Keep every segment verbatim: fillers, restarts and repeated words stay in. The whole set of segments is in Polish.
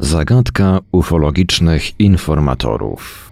Zagadka ufologicznych informatorów.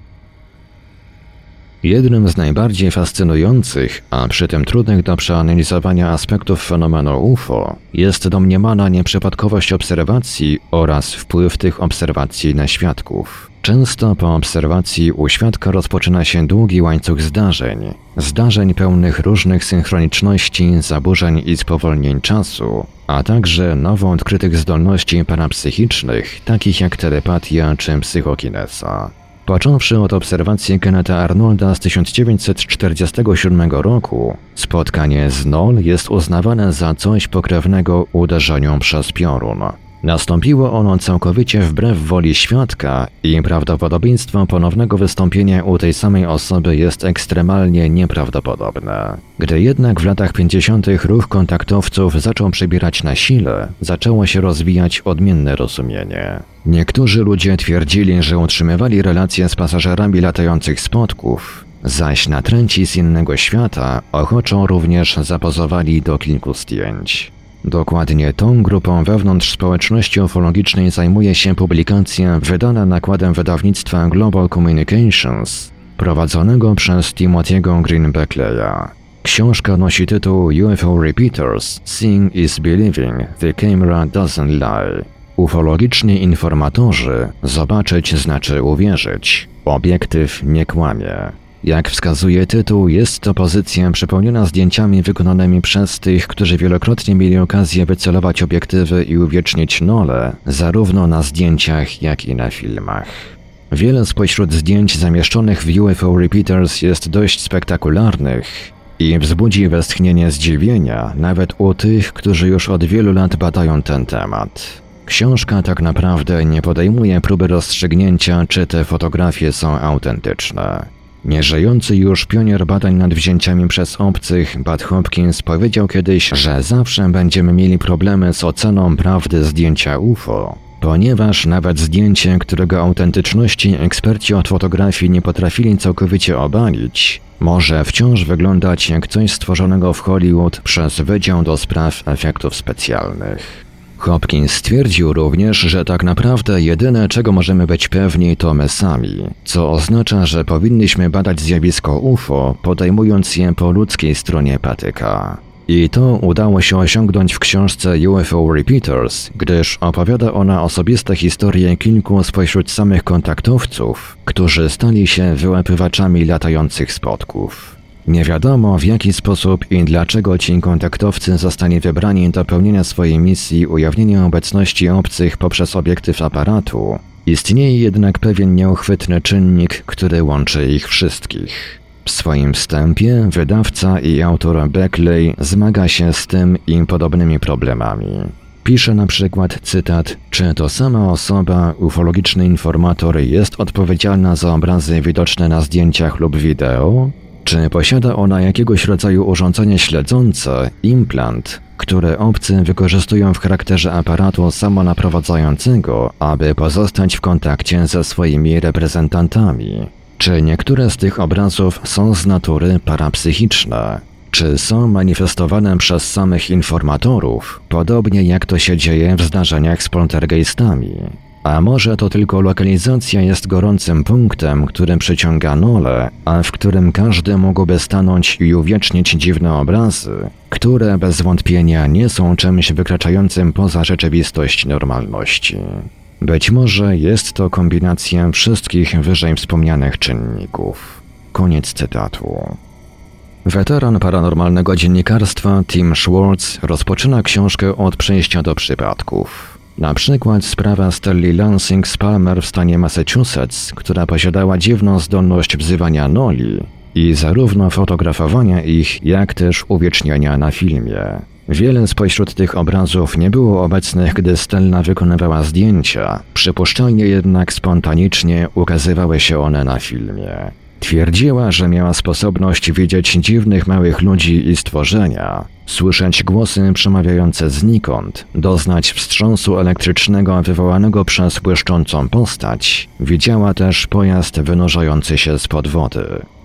Jednym z najbardziej fascynujących, a przy tym trudnych do przeanalizowania aspektów fenomenu U F O jest domniemana nieprzypadkowość obserwacji oraz wpływ tych obserwacji na świadków. Często po obserwacji u świadka rozpoczyna się długi łańcuch zdarzeń. Zdarzeń pełnych różnych synchroniczności, zaburzeń i spowolnień czasu, a także nowo odkrytych zdolności parapsychicznych, takich jak telepatia czy psychokineza. Począwszy od obserwacji Kennetha Arnolda z tysiąc dziewięćset czterdziestego siódmego roku, spotkanie z Null jest uznawane za coś pokrewnego uderzeniu przez piorun. Nastąpiło ono całkowicie wbrew woli świadka i prawdopodobieństwo ponownego wystąpienia u tej samej osoby jest ekstremalnie nieprawdopodobne. Gdy jednak w latach pięćdziesiątych ruch kontaktowców zaczął przybierać na sile, zaczęło się rozwijać odmienne rozumienie. Niektórzy ludzie twierdzili, że utrzymywali relacje z pasażerami latających spotków, zaś natręci z innego świata ochoczo również zapozowali do kilku zdjęć. Dokładnie tą grupą wewnątrz społeczności ufologicznej zajmuje się publikacja wydana nakładem wydawnictwa Global Communications, prowadzonego przez Timothy'ego Green Beckleya. Książka nosi tytuł U F O Repeaters – Seeing is Believing, the Camera Doesn't Lie. Ufologiczni informatorzy, zobaczyć znaczy uwierzyć, obiektyw nie kłamie. Jak wskazuje tytuł, jest to pozycja przepełniona zdjęciami wykonanymi przez tych, którzy wielokrotnie mieli okazję wycelować obiektywy i uwiecznić nole, zarówno na zdjęciach, jak i na filmach. Wiele spośród zdjęć zamieszczonych w U F O Repeaters jest dość spektakularnych i wzbudzi westchnienie zdziwienia nawet u tych, którzy już od wielu lat badają ten temat. Książka tak naprawdę nie podejmuje próby rozstrzygnięcia, czy te fotografie są autentyczne. Nieżyjący już pionier badań nad wzięciami przez obcych, Bud Hopkins, powiedział kiedyś, że zawsze będziemy mieli problemy z oceną prawdy zdjęcia U F O, ponieważ nawet zdjęcie, którego autentyczności eksperci od fotografii nie potrafili całkowicie obalić, może wciąż wyglądać jak coś stworzonego w Hollywood przez Wydział do Spraw Efektów Specjalnych. Hopkins stwierdził również, że tak naprawdę jedyne, czego możemy być pewni, to my sami, co oznacza, że powinniśmy badać zjawisko U F O, podejmując je po ludzkiej stronie patyka. I to udało się osiągnąć w książce U F O Repeaters, gdyż opowiada ona osobiste historie kilku spośród samych kontaktowców, którzy stali się wyłapywaczami latających spotków. Nie wiadomo, w jaki sposób i dlaczego ci kontaktowcy zostali wybrani do pełnienia swojej misji ujawnienia obecności obcych poprzez obiektyw aparatu. Istnieje jednak pewien nieuchwytny czynnik, który łączy ich wszystkich. W swoim wstępie wydawca i autor Beckley zmaga się z tym i podobnymi problemami. Pisze na przykład, cytat, czy to sama osoba, ufologiczny informator, jest odpowiedzialna za obrazy widoczne na zdjęciach lub wideo? Czy posiada ona jakiegoś rodzaju urządzenie śledzące, implant, które obcy wykorzystują w charakterze aparatu samonaprowadzającego, aby pozostać w kontakcie ze swoimi reprezentantami? Czy niektóre z tych obrazów są z natury parapsychiczne? Czy są manifestowane przez samych informatorów, podobnie jak to się dzieje w zdarzeniach z poltergeistami? A może to tylko lokalizacja jest gorącym punktem, którym przyciąga nole, a w którym każdy mógłby stanąć i uwiecznić dziwne obrazy, które bez wątpienia nie są czymś wykraczającym poza rzeczywistość normalności. Być może jest to kombinacja wszystkich wyżej wspomnianych czynników. Koniec cytatu. Weteran paranormalnego dziennikarstwa Tim Schwartz rozpoczyna książkę od przejścia do przypadków. Na przykład sprawa Stelli Lansing z Palmer w stanie Massachusetts, która posiadała dziwną zdolność wzywania noli i zarówno fotografowania ich, jak też uwieczniania na filmie. Wiele spośród tych obrazów nie było obecnych, gdy Stella wykonywała zdjęcia, przypuszczalnie jednak spontanicznie ukazywały się one na filmie. Twierdziła, że miała sposobność widzieć dziwnych małych ludzi i stworzenia, słyszeć głosy przemawiające znikąd, doznać wstrząsu elektrycznego wywołanego przez błyszczącą postać. Widziała też pojazd wynurzający się spod wody.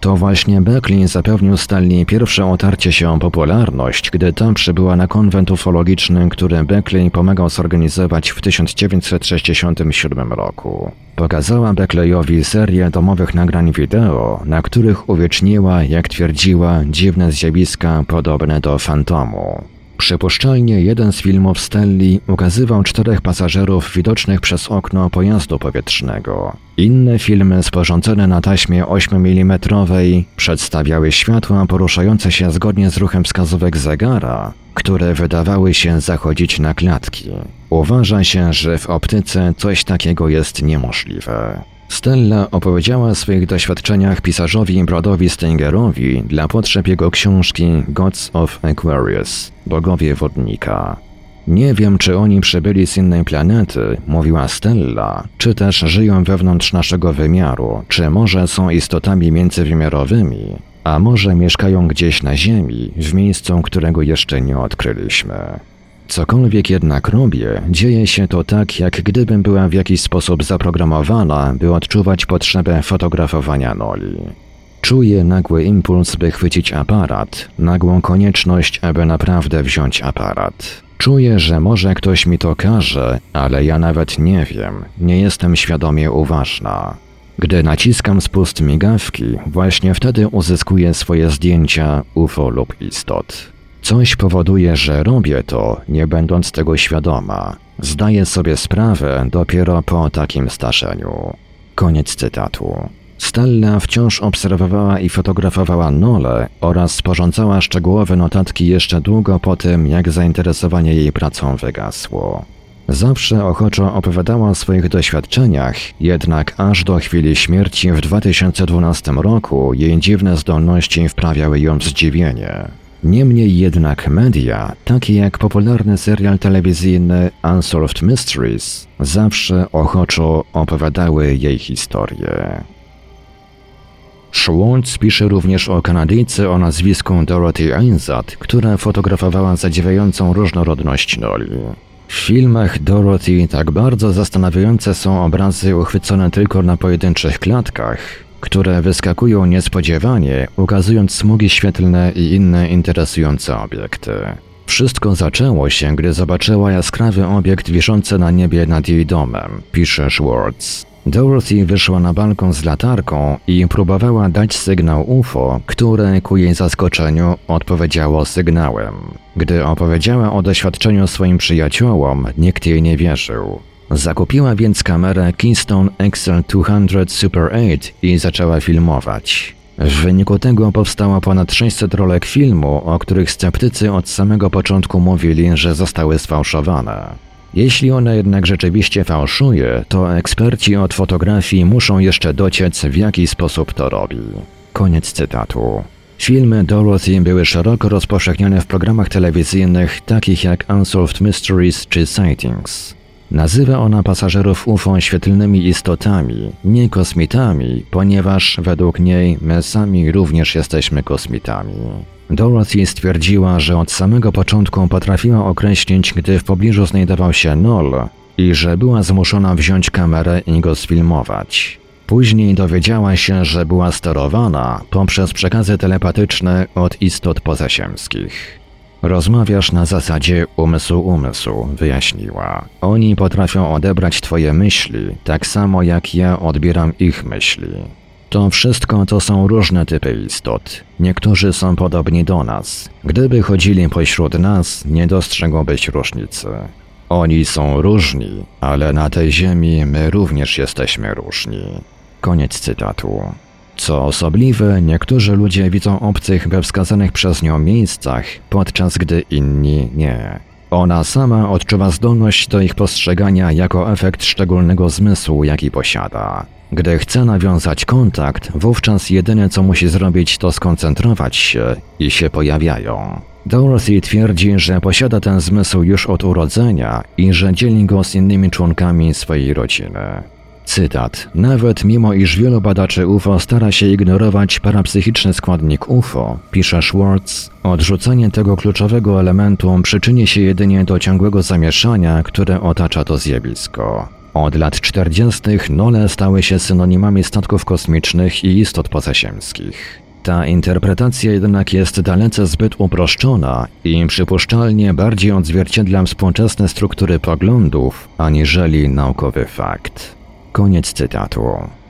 To właśnie Beckley zapewnił Stanley pierwsze otarcie się o popularność, gdy ta przybyła na konwent ufologiczny, który Beckley pomagał zorganizować w tysiąc dziewięćset sześćdziesiątym siódmym roku. Pokazała Beckleyowi serię domowych nagrań wideo, na których uwieczniła, jak twierdziła, dziwne zjawiska podobne do fantomu. Przypuszczalnie jeden z filmów Stanley ukazywał czterech pasażerów widocznych przez okno pojazdu powietrznego. Inne filmy sporządzone na taśmie ośmiomilimetrowej przedstawiały światła poruszające się zgodnie z ruchem wskazówek zegara, które wydawały się zachodzić na klatki. Uważa się, że w optyce coś takiego jest niemożliwe. Stella opowiedziała o swoich doświadczeniach pisarzowi Bradowi Stingerowi dla potrzeb jego książki Gods of Aquarius – Bogowie Wodnika. Nie wiem, czy oni przybyli z innej planety, mówiła Stella, czy też żyją wewnątrz naszego wymiaru, czy może są istotami międzywymiarowymi, a może mieszkają gdzieś na Ziemi, w miejscu, którego jeszcze nie odkryliśmy. Cokolwiek jednak robię, dzieje się to tak, jak gdybym była w jakiś sposób zaprogramowana, by odczuwać potrzebę fotografowania Noli. Czuję nagły impuls, by chwycić aparat, nagłą konieczność, aby naprawdę wziąć aparat. Czuję, że może ktoś mi to każe, ale ja nawet nie wiem, nie jestem świadomie uważna. Gdy naciskam spust migawki, właśnie wtedy uzyskuję swoje zdjęcia U F O lub istot. Coś powoduje, że robię to, nie będąc tego świadoma. Zdaję sobie sprawę dopiero po takim zdarzeniu. Koniec cytatu. Stella wciąż obserwowała i fotografowała Nolę oraz sporządzała szczegółowe notatki jeszcze długo po tym, jak zainteresowanie jej pracą wygasło. Zawsze ochoczo opowiadała o swoich doświadczeniach, jednak aż do chwili śmierci w dwa tysiące dwunastym roku jej dziwne zdolności wprawiały ją w zdziwienie. Niemniej jednak media, takie jak popularny serial telewizyjny Unsolved Mysteries, zawsze ochoczo opowiadały jej historię. Schwartz pisze również o Kanadyjce o nazwisku Dorothy Ainsat, która fotografowała zadziwiającą różnorodność Noli. W filmach Dorothy tak bardzo zastanawiające są obrazy uchwycone tylko na pojedynczych klatkach, które wyskakują niespodziewanie, ukazując smugi świetlne i inne interesujące obiekty. Wszystko zaczęło się, gdy zobaczyła jaskrawy obiekt wiszący na niebie nad jej domem, pisze Schwartz. Dorothy wyszła na balkon z latarką i próbowała dać sygnał U F O, które ku jej zaskoczeniu odpowiedziało sygnałem. Gdy opowiedziała o doświadczeniu swoim przyjaciołom, nikt jej nie wierzył. Zakupiła więc kamerę Keystone X L dwieście Super osiem i zaczęła filmować. W wyniku tego powstało ponad sześćset rolek filmu, o których sceptycy od samego początku mówili, że zostały sfałszowane. Jeśli ona jednak rzeczywiście fałszuje, to eksperci od fotografii muszą jeszcze dociec, w jaki sposób to robi. Koniec cytatu. Filmy Dorothy były szeroko rozpowszechnione w programach telewizyjnych takich jak Unsolved Mysteries czy Sightings. Nazywa ona pasażerów U F O świetlnymi istotami, nie kosmitami, ponieważ według niej my sami również jesteśmy kosmitami. Dorothy stwierdziła, że od samego początku potrafiła określić, gdy w pobliżu znajdował się Nol i że była zmuszona wziąć kamerę i go sfilmować. Później dowiedziała się, że była sterowana poprzez przekazy telepatyczne od istot pozaziemskich. Rozmawiasz na zasadzie umysł-umysł, wyjaśniła. Oni potrafią odebrać twoje myśli, tak samo jak ja odbieram ich myśli. To wszystko to są różne typy istot. Niektórzy są podobni do nas. Gdyby chodzili pośród nas, nie dostrzegłbyś różnicy. Oni są różni, ale na tej ziemi my również jesteśmy różni. Koniec cytatu. Co osobliwe, niektórzy ludzie widzą obcych we wskazanych przez nią miejscach, podczas gdy inni nie. Ona sama odczuwa zdolność do ich postrzegania jako efekt szczególnego zmysłu, jaki posiada. Gdy chce nawiązać kontakt, wówczas jedyne co musi zrobić to skoncentrować się i się pojawiają. Dorothy twierdzi, że posiada ten zmysł już od urodzenia i że dzieli go z innymi członkami swojej rodziny. Cytat. Nawet mimo iż wielu badaczy U F O stara się ignorować parapsychiczny składnik U F O, pisze Schwartz, odrzucenie tego kluczowego elementu przyczyni się jedynie do ciągłego zamieszania, które otacza to zjawisko. Od lat czterdziestych nole stały się synonimami statków kosmicznych i istot pozaziemskich. Ta interpretacja jednak jest dalece zbyt uproszczona i przypuszczalnie bardziej odzwierciedla współczesne struktury poglądów, aniżeli naukowy fakt. Koniec cytatu.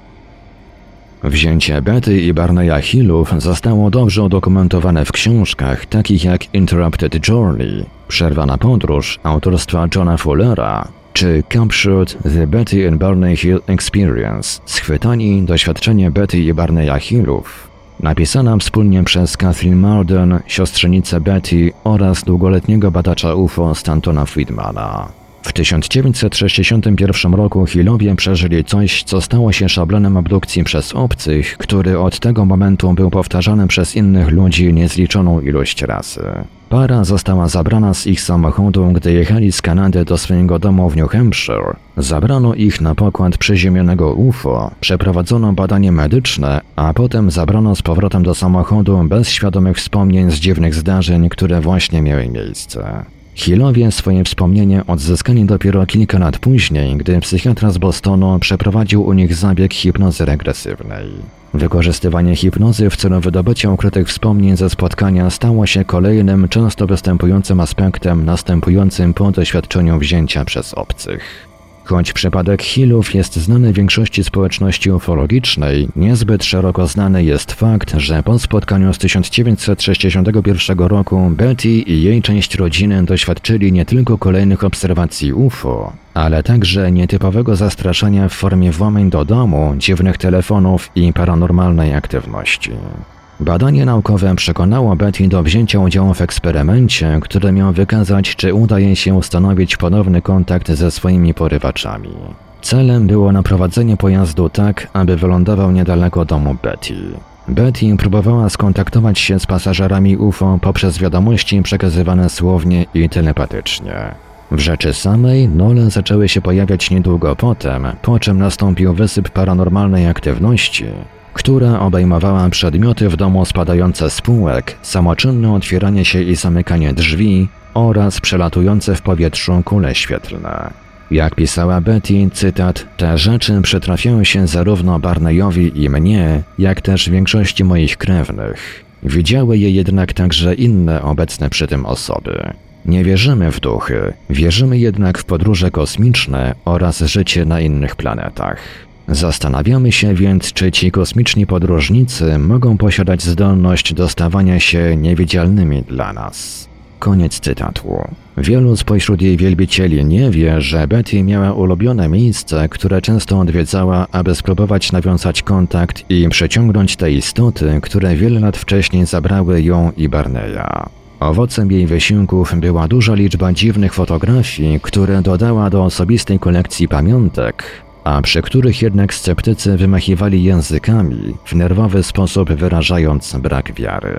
Wzięcie Betty i Barneya Hillów zostało dobrze udokumentowane w książkach takich jak Interrupted Journey, Przerwana podróż autorstwa Johna Fullera, czy Captured The Betty and Barney Hill Experience, schwytani doświadczenie Betty i Barneya Hillów, napisana wspólnie przez Kathleen Marden, siostrzenicę Betty oraz długoletniego badacza U F O Stantona Friedmana. W tysiąc dziewięćset sześćdziesiątym pierwszym roku Hillowie przeżyli coś, co stało się szablonem abdukcji przez obcych, który od tego momentu był powtarzany przez innych ludzi niezliczoną ilość razy. Para została zabrana z ich samochodu, gdy jechali z Kanady do swojego domu w New Hampshire. Zabrano ich na pokład przyziemionego U F O, przeprowadzono badanie medyczne, a potem zabrano z powrotem do samochodu bez świadomych wspomnień z dziwnych zdarzeń, które właśnie miały miejsce. Hillowie swoje wspomnienie odzyskali dopiero kilka lat później, gdy psychiatra z Bostonu przeprowadził u nich zabieg hipnozy regresywnej. Wykorzystywanie hipnozy w celu wydobycia ukrytych wspomnień ze spotkania stało się kolejnym, często występującym aspektem następującym po doświadczeniu wzięcia przez obcych. Choć przypadek Hillów jest znany większości społeczności ufologicznej, niezbyt szeroko znany jest fakt, że po spotkaniu z tysiąc dziewięćset sześćdziesiątego pierwszego roku Betty i jej część rodziny doświadczyli nie tylko kolejnych obserwacji U F O, ale także nietypowego zastraszania w formie włamań do domu, dziwnych telefonów i paranormalnej aktywności. Badanie naukowe przekonało Betty do wzięcia udziału w eksperymencie, który miał wykazać, czy uda jej się ustanowić ponowny kontakt ze swoimi porywaczami. Celem było naprowadzenie pojazdu tak, aby wylądował niedaleko domu Betty. Betty próbowała skontaktować się z pasażerami U F O poprzez wiadomości przekazywane słownie i telepatycznie. W rzeczy samej nole zaczęły się pojawiać niedługo potem, po czym nastąpił wysyp paranormalnej aktywności, która obejmowała przedmioty w domu spadające z półek, samoczynne otwieranie się i zamykanie drzwi oraz przelatujące w powietrzu kule świetlne. Jak pisała Betty, cytat, te rzeczy przytrafiały się zarówno Barneyowi i mnie, jak też większości moich krewnych. Widziały je jednak także inne obecne przy tym osoby. Nie wierzymy w duchy, wierzymy jednak w podróże kosmiczne oraz życie na innych planetach. Zastanawiamy się więc, czy ci kosmiczni podróżnicy mogą posiadać zdolność do stawania się niewidzialnymi dla nas. Koniec cytatu. Wielu spośród jej wielbicieli nie wie, że Betty miała ulubione miejsce, które często odwiedzała, aby spróbować nawiązać kontakt i przyciągnąć te istoty, które wiele lat wcześniej zabrały ją i Barneya. Owocem jej wysiłków była duża liczba dziwnych fotografii, które dodała do osobistej kolekcji pamiątek, a przy których jednak sceptycy wymachiwali językami, w nerwowy sposób wyrażając brak wiary.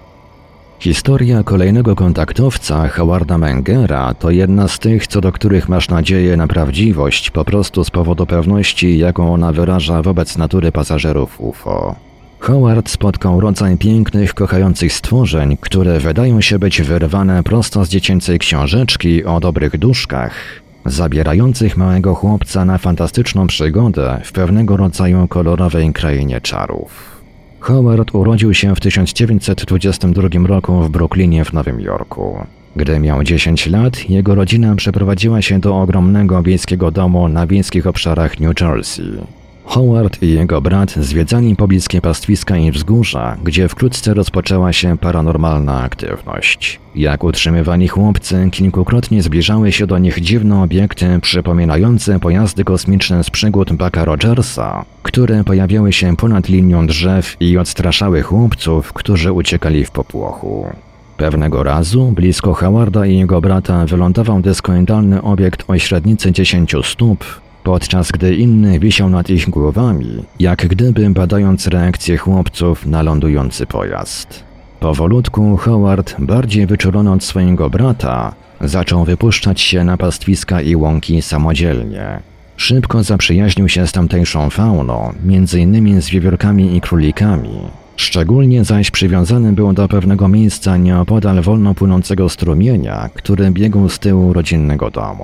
Historia kolejnego kontaktowca, Howarda Mengera, to jedna z tych, co do których masz nadzieję na prawdziwość po prostu z powodu pewności, jaką ona wyraża wobec natury pasażerów U F O. Howard spotkał rodzaj pięknych, kochających stworzeń, które wydają się być wyrwane prosto z dziecięcej książeczki o dobrych duszkach, zabierających małego chłopca na fantastyczną przygodę w pewnego rodzaju kolorowej krainie czarów. Howard urodził się w tysiąc dziewięćset dwudziestym drugim roku w Brooklynie w Nowym Jorku. Gdy miał dziesięć lat, jego rodzina przeprowadziła się do ogromnego wiejskiego domu na wiejskich obszarach New Jersey. Howard i jego brat zwiedzali pobliskie pastwiska i wzgórza, gdzie wkrótce rozpoczęła się paranormalna aktywność. Jak utrzymywani chłopcy, kilkukrotnie zbliżały się do nich dziwne obiekty przypominające pojazdy kosmiczne z przygód Bucka Rogersa, które pojawiały się ponad linią drzew i odstraszały chłopców, którzy uciekali w popłochu. Pewnego razu, blisko Howarda i jego brata, wylądował dyskoidalny obiekt o średnicy dziesięciu stóp, podczas gdy inny wisiał nad ich głowami, jak gdyby badając reakcję chłopców na lądujący pojazd. Powolutku Howard, bardziej wyczulony od swojego brata, zaczął wypuszczać się na pastwiska i łąki samodzielnie. Szybko zaprzyjaźnił się z tamtejszą fauną, między innymi z wiewiórkami i królikami. Szczególnie zaś przywiązany był do pewnego miejsca nieopodal wolno płynącego strumienia, który biegł z tyłu rodzinnego domu.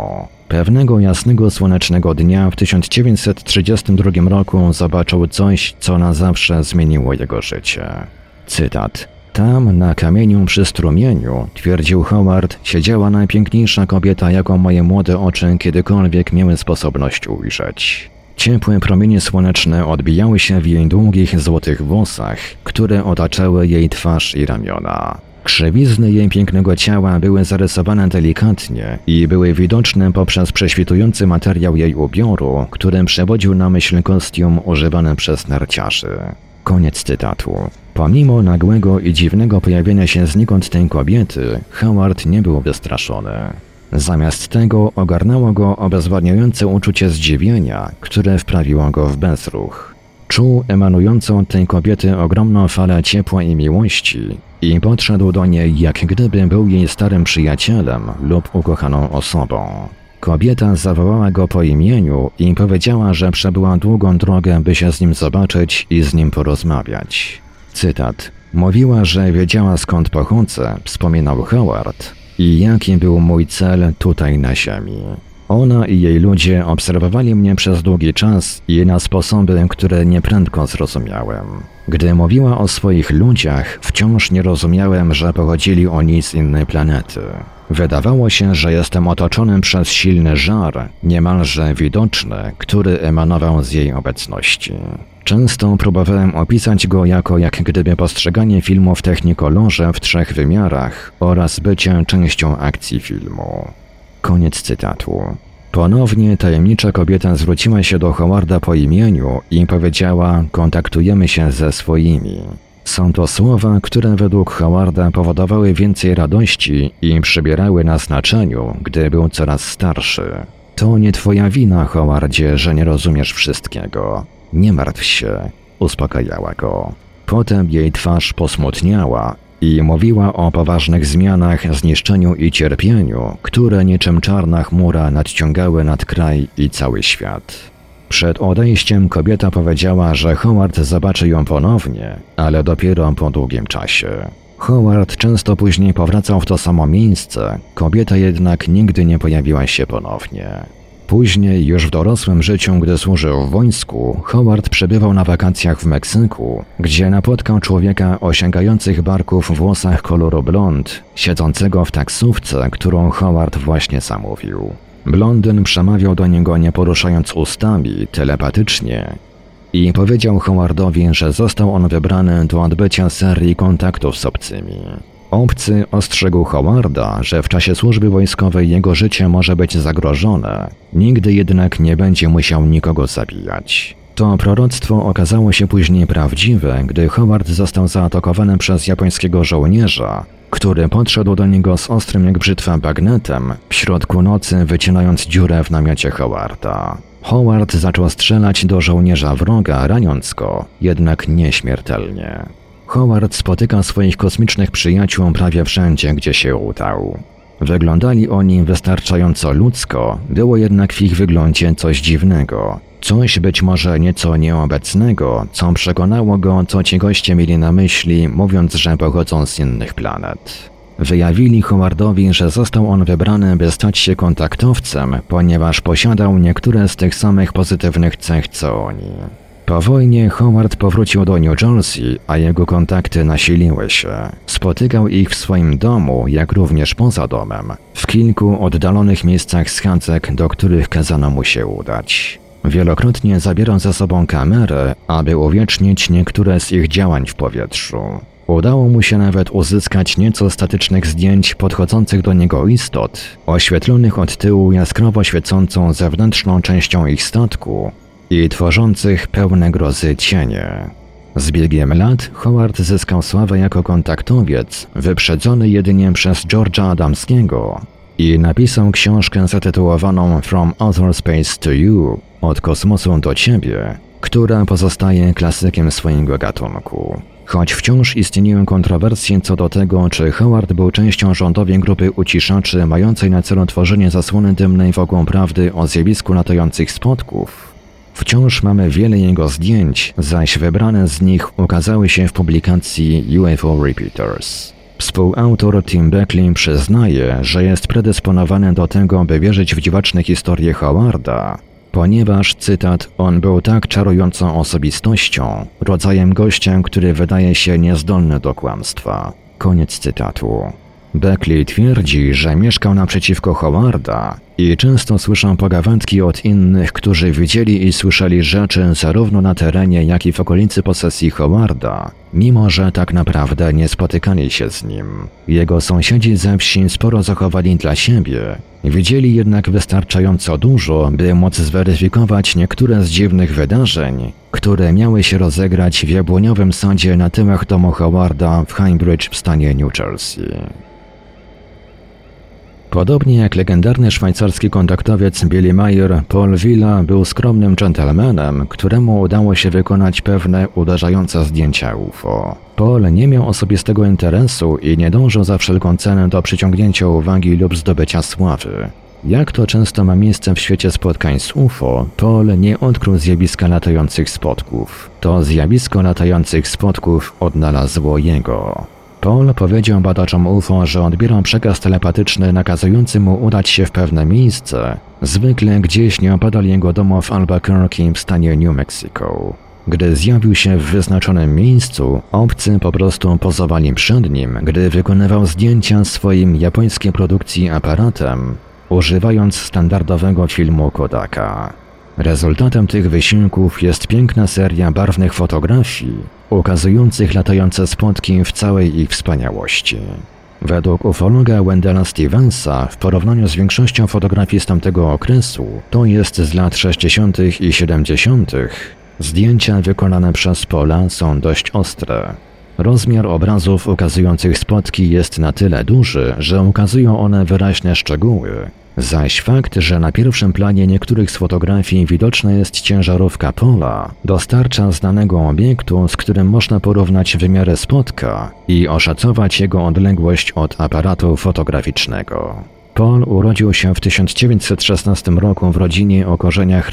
Pewnego jasnego słonecznego dnia w tysiąc dziewięćset trzydziestym drugim roku zobaczył coś, co na zawsze zmieniło jego życie. Cytat. Tam, na kamieniu przy strumieniu, twierdził Howard, siedziała najpiękniejsza kobieta, jaką moje młode oczy kiedykolwiek miały sposobność ujrzeć. Ciepłe promienie słoneczne odbijały się w jej długich, złotych włosach, które otaczały jej twarz i ramiona. Krzywizny jej pięknego ciała były zarysowane delikatnie i były widoczne poprzez prześwitujący materiał jej ubioru, którym przewodził na myśl kostium używany przez narciarzy. Koniec cytatu. Pomimo nagłego i dziwnego pojawienia się znikąd tej kobiety, Howard nie był wystraszony. Zamiast tego ogarnęło go obezwładniające uczucie zdziwienia, które wprawiło go w bezruch. Czuł emanującą od tej kobiety ogromną falę ciepła i miłości i podszedł do niej, jak gdyby był jej starym przyjacielem lub ukochaną osobą. Kobieta zawołała go po imieniu i powiedziała, że przebyła długą drogę, by się z nim zobaczyć i z nim porozmawiać. Cytat. Mówiła, że wiedziała, skąd pochodzę, wspominał Howard, i jaki był mój cel tutaj na ziemi. Ona i jej ludzie obserwowali mnie przez długi czas i na sposoby, które nieprędko zrozumiałem. Gdy mówiła o swoich ludziach, wciąż nie rozumiałem, że pochodzili oni z innej planety. Wydawało się, że jestem otoczony przez silny żar, niemalże widoczny, który emanował z jej obecności. Często próbowałem opisać go jako jak gdyby postrzeganie filmu w technikolorze w trzech wymiarach oraz bycie częścią akcji filmu. Koniec cytatu. Ponownie tajemnicza kobieta zwróciła się do Howarda po imieniu i powiedziała: kontaktujemy się ze swoimi. Są to słowa, które według Howarda powodowały więcej radości i przybierały na znaczeniu, gdy był coraz starszy. To nie twoja wina, Howardzie, że nie rozumiesz wszystkiego. Nie martw się, uspokajała go. Potem jej twarz posmutniała i mówiła o poważnych zmianach, zniszczeniu i cierpieniu, które niczym czarna chmura nadciągały nad kraj i cały świat. Przed odejściem kobieta powiedziała, że Howard zobaczy ją ponownie, ale dopiero po długim czasie. Howard często później powracał w to samo miejsce, kobieta jednak nigdy nie pojawiła się ponownie. Później, już w dorosłym życiu, gdy służył w wojsku, Howard przebywał na wakacjach w Meksyku, gdzie napotkał człowieka o sięgających barków włosach koloru blond, siedzącego w taksówce, którą Howard właśnie zamówił. Blondyn przemawiał do niego nie poruszając ustami, telepatycznie i powiedział Howardowi, że został on wybrany do odbycia serii kontaktów z obcymi. Obcy ostrzegł Howarda, że w czasie służby wojskowej jego życie może być zagrożone, nigdy jednak nie będzie musiał nikogo zabijać. To proroctwo okazało się później prawdziwe, gdy Howard został zaatakowany przez japońskiego żołnierza, który podszedł do niego z ostrym jak brzytwa bagnetem, w środku nocy wycinając dziurę w namiocie Howarda. Howard zaczął strzelać do żołnierza wroga, raniąc go, jednak nieśmiertelnie. Howard spotyka swoich kosmicznych przyjaciół prawie wszędzie, gdzie się udał. Wyglądali oni wystarczająco ludzko, było jednak w ich wyglądzie coś dziwnego. Coś być może nieco nieobecnego, co przekonało go, co ci goście mieli na myśli, mówiąc, że pochodzą z innych planet. Wyjawili Howardowi, że został on wybrany, by stać się kontaktowcem, ponieważ posiadał niektóre z tych samych pozytywnych cech co oni. Po wojnie Howard powrócił do New Jersey, a jego kontakty nasiliły się. Spotykał ich w swoim domu, jak również poza domem, w kilku oddalonych miejscach schadzek, do których kazano mu się udać. Wielokrotnie zabierał ze sobą kamerę, aby uwiecznić niektóre z ich działań w powietrzu. Udało mu się nawet uzyskać nieco statycznych zdjęć podchodzących do niego istot, oświetlonych od tyłu jaskrawo świecącą zewnętrzną częścią ich statku i tworzących pełne grozy cienie. Z biegiem lat Howard zyskał sławę jako kontaktowiec, wyprzedzony jedynie przez George'a Adamskiego, i napisał książkę zatytułowaną From Outer Space to You, od kosmosu do ciebie, która pozostaje klasykiem swojego gatunku. Choć wciąż istnieją kontrowersje co do tego, czy Howard był częścią rządowej grupy uciszaczy mającej na celu tworzenie zasłony dymnej wokół prawdy o zjawisku latających spotków, wciąż mamy wiele jego zdjęć, zaś wybrane z nich ukazały się w publikacji U F O Repeaters. Współautor Tim Beckley przyznaje, że jest predysponowany do tego, by wierzyć w dziwaczne historie Howarda, ponieważ, cytat, on był tak czarującą osobistością, rodzajem gościa, który wydaje się niezdolny do kłamstwa. Koniec cytatu. Beckley twierdzi, że mieszkał naprzeciwko Howarda i często słyszał pogawędki od innych, którzy widzieli i słyszeli rzeczy zarówno na terenie, jak i w okolicy posesji Howarda, mimo że tak naprawdę nie spotykali się z nim. Jego sąsiedzi ze wsi sporo zachowali dla siebie, widzieli jednak wystarczająco dużo, by móc zweryfikować niektóre z dziwnych wydarzeń, które miały się rozegrać w jabłoniowym sadzie na tyłach domu Howarda w Highbridge w stanie New Jersey. Podobnie jak legendarny szwajcarski kontaktowiec Billy Meier, Paul Villa był skromnym dżentelmenem, któremu udało się wykonać pewne uderzające zdjęcia U F O. Paul nie miał osobistego interesu i nie dążył za wszelką cenę do przyciągnięcia uwagi lub zdobycia sławy. Jak to często ma miejsce w świecie spotkań z U F O, Paul nie odkrył zjawiska latających spotków. To zjawisko latających spotków odnalazło jego. Paul powiedział badaczom U F O, że odbierał przekaz telepatyczny nakazujący mu udać się w pewne miejsce, zwykle gdzieś nieopodal jego domu w Albuquerque w stanie New Mexico. Gdy zjawił się w wyznaczonym miejscu, obcy po prostu pozowali przed nim, gdy wykonywał zdjęcia swoim japońskiej produkcji aparatem, używając standardowego filmu Kodaka. Rezultatem tych wysiłków jest piękna seria barwnych fotografii, ukazujących latające spotki w całej ich wspaniałości. Według ufologa Wendella Stevensa, w porównaniu z większością fotografii z tamtego okresu, to jest z lat sześćdziesiątych i siedemdziesiątych, zdjęcia wykonane przez Paula są dość ostre. Rozmiar obrazów ukazujących spotki jest na tyle duży, że ukazują one wyraźne szczegóły, zaś fakt, że na pierwszym planie niektórych z fotografii widoczna jest ciężarówka Paula, dostarcza znanego obiektu, z którym można porównać wymiary spotka i oszacować jego odległość od aparatu fotograficznego. Paul urodził się w tysiąc dziewięćset szesnastym roku w rodzinie o korzeniach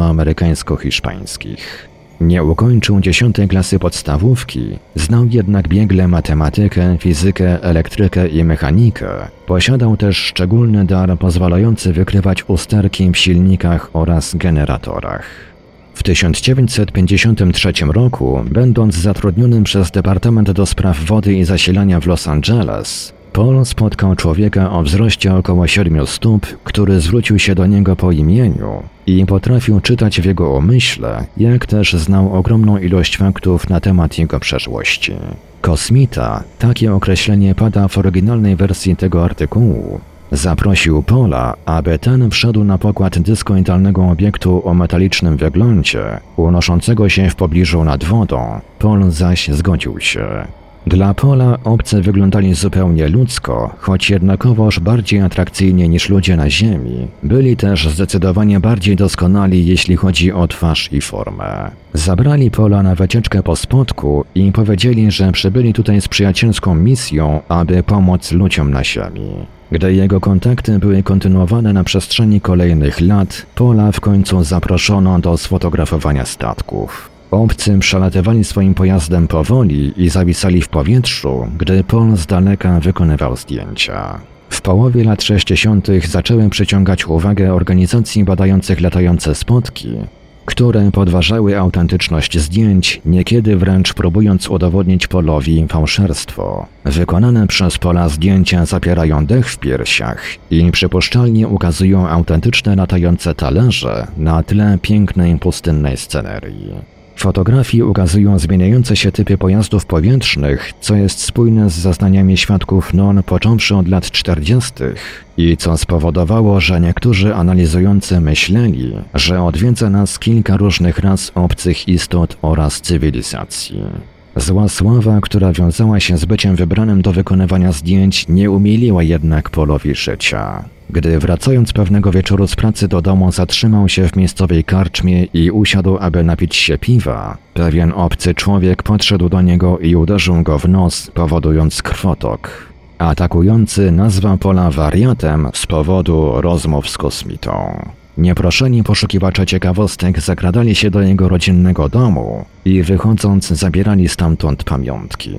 rdzennoamerykańsko-hiszpańskich. Nie ukończył dziesiątej klasy podstawówki, znał jednak biegle matematykę, fizykę, elektrykę i mechanikę. Posiadał też szczególny dar pozwalający wykrywać usterki w silnikach oraz generatorach. W tysiąc dziewięćset pięćdziesiątym trzecim roku, będąc zatrudnionym przez Departament do Spraw Wody i Zasilania w Los Angeles, Paul spotkał człowieka o wzroście około siedmiu stóp, który zwrócił się do niego po imieniu i potrafił czytać w jego umyśle, jak też znał ogromną ilość faktów na temat jego przeszłości. Kosmita, takie określenie pada w oryginalnej wersji tego artykułu, zaprosił Paula, aby ten wszedł na pokład dyskoidalnego obiektu o metalicznym wyglądzie, unoszącego się w pobliżu nad wodą. Paul zaś zgodził się. Dla Paula obcy wyglądali zupełnie ludzko, choć jednakowoż bardziej atrakcyjnie niż ludzie na Ziemi. Byli też zdecydowanie bardziej doskonali, jeśli chodzi o twarz i formę. Zabrali Paula na wycieczkę po spotku i powiedzieli, że przybyli tutaj z przyjacielską misją, aby pomóc ludziom na Ziemi. Gdy jego kontakty były kontynuowane na przestrzeni kolejnych lat, Paula w końcu zaproszono do sfotografowania statków. Obcy przelatywali swoim pojazdem powoli i zawisali w powietrzu, gdy Paul z daleka wykonywał zdjęcia. W połowie lat sześćdziesiątych zaczęły przyciągać uwagę organizacji badających latające spotki, które podważały autentyczność zdjęć, niekiedy wręcz próbując udowodnić Paulowi fałszerstwo. Wykonane przez Paula zdjęcia zapierają dech w piersiach i przypuszczalnie ukazują autentyczne latające talerze na tle pięknej pustynnej scenerii. Fotografii ukazują zmieniające się typy pojazdów powietrznych, co jest spójne z zeznaniami świadków N O N począwszy od lat czterdziestych i co spowodowało, że niektórzy analizujący myśleli, że odwiedza nas kilka różnych ras obcych istot oraz cywilizacji. Zła sława, która wiązała się z byciem wybranym do wykonywania zdjęć, nie umiliła jednak Paulowi życia. Gdy wracając pewnego wieczoru z pracy do domu zatrzymał się w miejscowej karczmie i usiadł, aby napić się piwa, pewien obcy człowiek podszedł do niego i uderzył go w nos, powodując krwotok. Atakujący nazwał Paula wariatem z powodu rozmów z kosmitą. Nieproszeni poszukiwacze ciekawostek zakradali się do jego rodzinnego domu i wychodząc zabierali stamtąd pamiątki.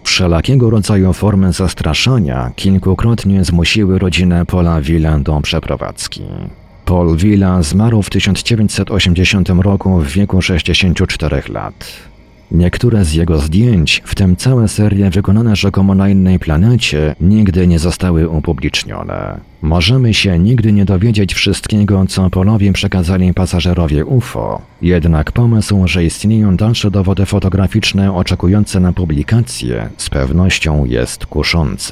Wszelakiego rodzaju formy zastraszania kilkukrotnie zmusiły rodzinę Paula Villa do przeprowadzki. Paul Villa zmarł w tysiąc dziewięćset osiemdziesiątym roku w wieku sześćdziesięciu czterech lat. Niektóre z jego zdjęć, w tym całe serie wykonane rzekomo na innej planecie, nigdy nie zostały upublicznione. Możemy się nigdy nie dowiedzieć wszystkiego, co Paulowi przekazali pasażerowie U F O, jednak pomysł, że istnieją dalsze dowody fotograficzne oczekujące na publikację, z pewnością jest kuszący.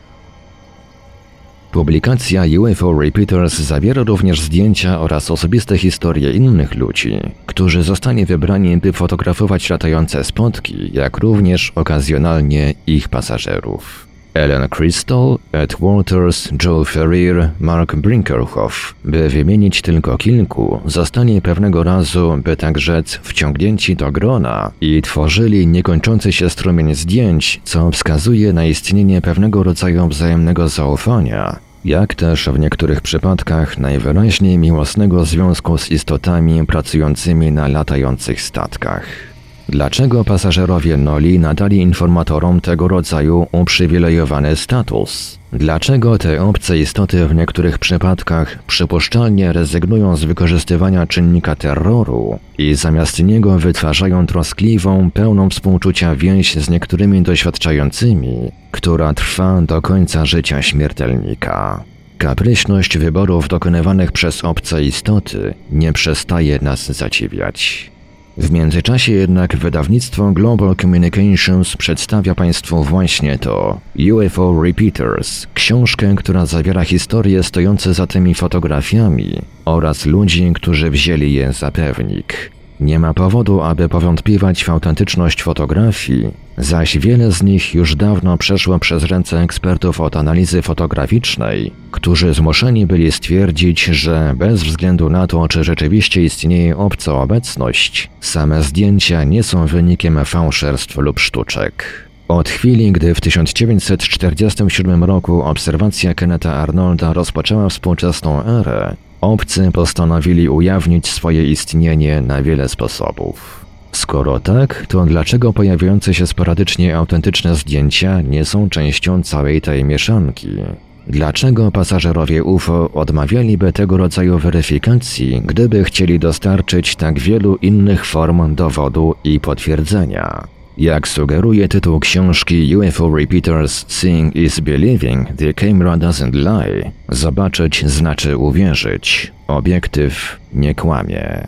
Publikacja U F O Repeaters zawiera również zdjęcia oraz osobiste historie innych ludzi, którzy zostali wybrani, by fotografować latające spotki, jak również okazjonalnie ich pasażerów. Ellen Crystal, Ed Walters, Joe Ferrier, Mark Brinkerhoff, by wymienić tylko kilku, zostali pewnego razu, by tak rzec, wciągnięci do grona i tworzyli niekończący się strumień zdjęć, co wskazuje na istnienie pewnego rodzaju wzajemnego zaufania, jak też w niektórych przypadkach najwyraźniej miłosnego związku z istotami pracującymi na latających statkach. Dlaczego pasażerowie Noli nadali informatorom tego rodzaju uprzywilejowany status? Dlaczego te obce istoty w niektórych przypadkach przypuszczalnie rezygnują z wykorzystywania czynnika terroru i zamiast niego wytwarzają troskliwą, pełną współczucia więź z niektórymi doświadczającymi, która trwa do końca życia śmiertelnika? Kapryśność wyborów dokonywanych przez obce istoty nie przestaje nas zadziwiać. W międzyczasie jednak wydawnictwo Global Communications przedstawia Państwu właśnie to U F O Repeaters, książkę, która zawiera historie stojące za tymi fotografiami oraz ludzi, którzy wzięli je za pewnik. Nie ma powodu, aby powątpiewać w autentyczność fotografii, zaś wiele z nich już dawno przeszło przez ręce ekspertów od analizy fotograficznej, którzy zmuszeni byli stwierdzić, że bez względu na to, czy rzeczywiście istnieje obca obecność, same zdjęcia nie są wynikiem fałszerstw lub sztuczek. Od chwili, gdy w tysiąc dziewięćset czterdziestym siódmym roku obserwacja Kennetha Arnolda rozpoczęła współczesną erę, obcy postanowili ujawnić swoje istnienie na wiele sposobów. Skoro tak, to dlaczego pojawiające się sporadycznie autentyczne zdjęcia nie są częścią całej tej mieszanki? Dlaczego pasażerowie U F O odmawialiby tego rodzaju weryfikacji, gdyby chcieli dostarczyć tak wielu innych form dowodu i potwierdzenia? Jak sugeruje tytuł książki U F O Repeaters Seeing is Believing, The Camera Doesn't Lie, zobaczyć znaczy uwierzyć. Obiektyw nie kłamie.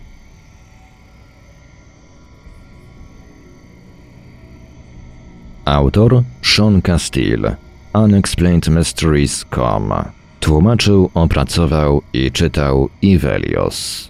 Autor Sean Castile, Unexplained Mysteries kropka com. Tłumaczył, opracował i czytał Ivelios.